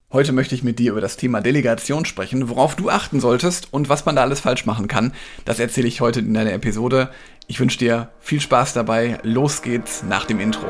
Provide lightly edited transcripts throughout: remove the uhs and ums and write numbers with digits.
Heute möchte ich mit dir über das Thema Delegation sprechen, worauf du achten solltest und was man da alles falsch machen kann. Das erzähle ich heute in der Episode. Ich wünsche dir viel Spaß dabei. Los geht's nach dem Intro.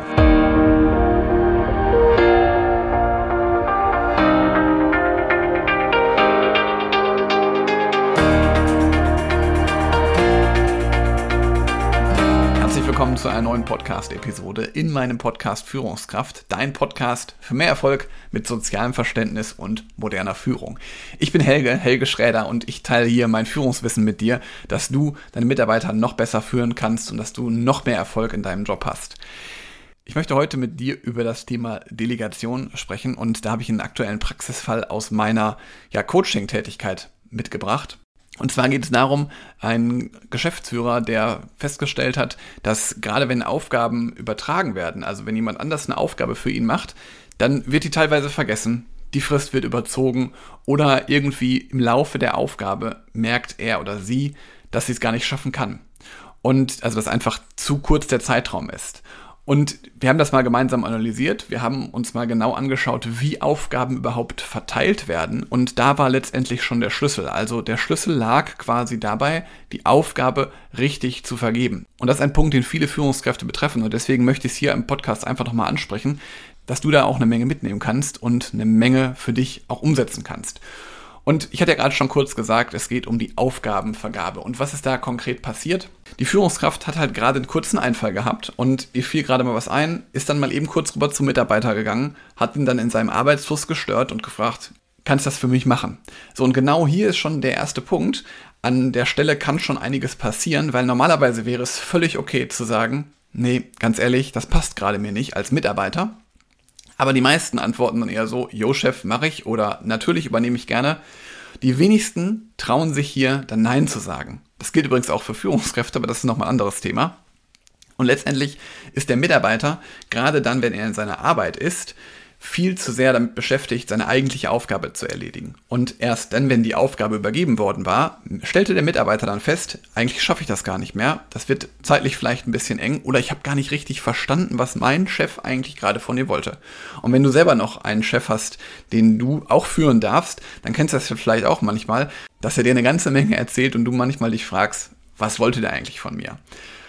Willkommen zu einer neuen Podcast-Episode in meinem Podcast Führungskraft, dein Podcast für mehr Erfolg mit sozialem Verständnis und moderner Führung. Ich bin Helge Schräder und ich teile hier mein Führungswissen mit dir, dass du deine Mitarbeiter noch besser führen kannst und dass du noch mehr Erfolg in deinem Job hast. Ich möchte heute mit dir über das Thema Delegation sprechen und da habe ich einen aktuellen Praxisfall aus meiner Coaching-Tätigkeit mitgebracht. Und zwar geht es darum, ein Geschäftsführer, der festgestellt hat, dass gerade wenn Aufgaben übertragen werden, also wenn jemand anders eine Aufgabe für ihn macht, dann wird die teilweise vergessen, die Frist wird überzogen oder irgendwie im Laufe der Aufgabe merkt er oder sie, dass sie es gar nicht schaffen kann. Und also dass einfach zu kurz der Zeitraum ist. Und wir haben das mal gemeinsam analysiert. Wir haben uns mal genau angeschaut, wie Aufgaben überhaupt verteilt werden. Und da war letztendlich schon der Schlüssel. Also der Schlüssel lag quasi dabei, die Aufgabe richtig zu vergeben. Und das ist ein Punkt, den viele Führungskräfte betreffen. Und deswegen möchte ich es hier im Podcast einfach nochmal ansprechen, dass du da auch eine Menge mitnehmen kannst und eine Menge für dich auch umsetzen kannst. Und ich hatte ja gerade schon kurz gesagt, es geht um die Aufgabenvergabe. Und was ist da konkret passiert? Die Führungskraft hat halt gerade einen kurzen Einfall gehabt und ihr fiel gerade mal was ein, ist dann mal eben kurz rüber zum Mitarbeiter gegangen, hat ihn dann in seinem Arbeitsfluss gestört und gefragt, kannst du das für mich machen? So, und genau hier ist schon der erste Punkt. An der Stelle kann schon einiges passieren, weil normalerweise wäre es völlig okay zu sagen, nee, ganz ehrlich, das passt gerade mir nicht als Mitarbeiter. Aber die meisten antworten dann eher so, jo Chef, mache ich oder natürlich übernehme ich gerne. Die wenigsten trauen sich hier dann Nein zu sagen. Das gilt übrigens auch für Führungskräfte, aber das ist nochmal ein anderes Thema. Und letztendlich ist der Mitarbeiter, gerade dann, wenn er in seiner Arbeit ist, viel zu sehr damit beschäftigt, seine eigentliche Aufgabe zu erledigen. Und erst dann, wenn die Aufgabe übergeben worden war, stellte der Mitarbeiter dann fest, eigentlich schaffe ich das gar nicht mehr, das wird zeitlich vielleicht ein bisschen eng oder ich habe gar nicht richtig verstanden, was mein Chef eigentlich gerade von dir wollte. Und wenn du selber noch einen Chef hast, den du auch führen darfst, dann kennst du das vielleicht auch manchmal, dass er dir eine ganze Menge erzählt und du manchmal dich fragst, was wollte der eigentlich von mir?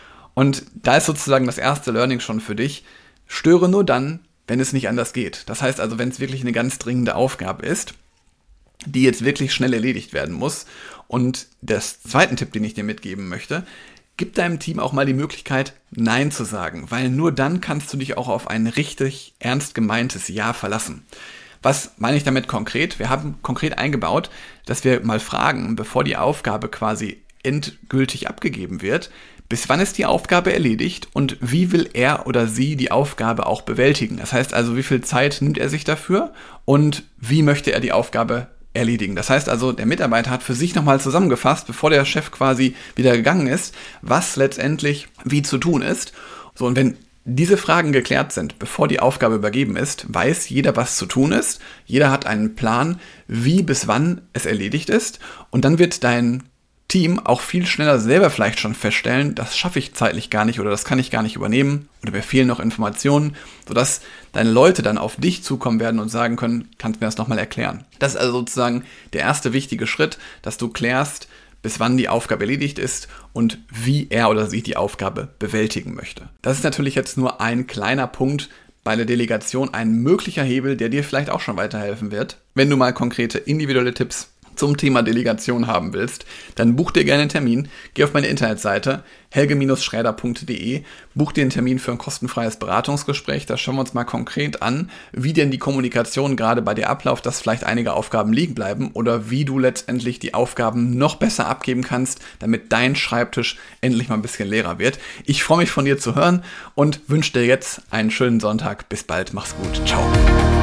Und da ist sozusagen das erste Learning schon für dich, störe nur dann, wenn es nicht anders geht. Das heißt also, wenn es wirklich eine ganz dringende Aufgabe ist, die jetzt wirklich schnell erledigt werden muss. Und das zweiten Tipp, den ich dir mitgeben möchte, gib deinem Team auch mal die Möglichkeit, Nein zu sagen, weil nur dann kannst du dich auch auf ein richtig ernst gemeintes Ja verlassen. Was meine ich damit konkret? Wir haben konkret eingebaut, dass wir mal fragen, bevor die Aufgabe quasi endgültig abgegeben wird, bis wann ist die Aufgabe erledigt und wie will er oder sie die Aufgabe auch bewältigen? Das heißt also, wie viel Zeit nimmt er sich dafür und wie möchte er die Aufgabe erledigen? Das heißt also, der Mitarbeiter hat für sich nochmal zusammengefasst, bevor der Chef quasi wieder gegangen ist, was letztendlich wie zu tun ist. So, und wenn diese Fragen geklärt sind, bevor die Aufgabe übergeben ist, weiß jeder, was zu tun ist. Jeder hat einen Plan, wie bis wann es erledigt ist und dann wird dein Team auch viel schneller selber vielleicht schon feststellen, das schaffe ich zeitlich gar nicht oder das kann ich gar nicht übernehmen oder mir fehlen noch Informationen, sodass deine Leute dann auf dich zukommen werden und sagen können, kannst du mir das nochmal erklären. Das ist also sozusagen der erste wichtige Schritt, dass du klärst, bis wann die Aufgabe erledigt ist und wie er oder sie die Aufgabe bewältigen möchte. Das ist natürlich jetzt nur ein kleiner Punkt bei der Delegation, ein möglicher Hebel, der dir vielleicht auch schon weiterhelfen wird. Wenn du mal konkrete individuelle Tipps zum Thema Delegation haben willst, dann buch dir gerne einen Termin, geh auf meine Internetseite helge-schräder.de, buch dir einen Termin für ein kostenfreies Beratungsgespräch, da schauen wir uns mal konkret an, wie denn die Kommunikation gerade bei dir abläuft, dass vielleicht einige Aufgaben liegen bleiben oder wie du letztendlich die Aufgaben noch besser abgeben kannst, damit dein Schreibtisch endlich mal ein bisschen leerer wird. Ich freue mich von dir zu hören und wünsche dir jetzt einen schönen Sonntag. Bis bald, mach's gut, ciao.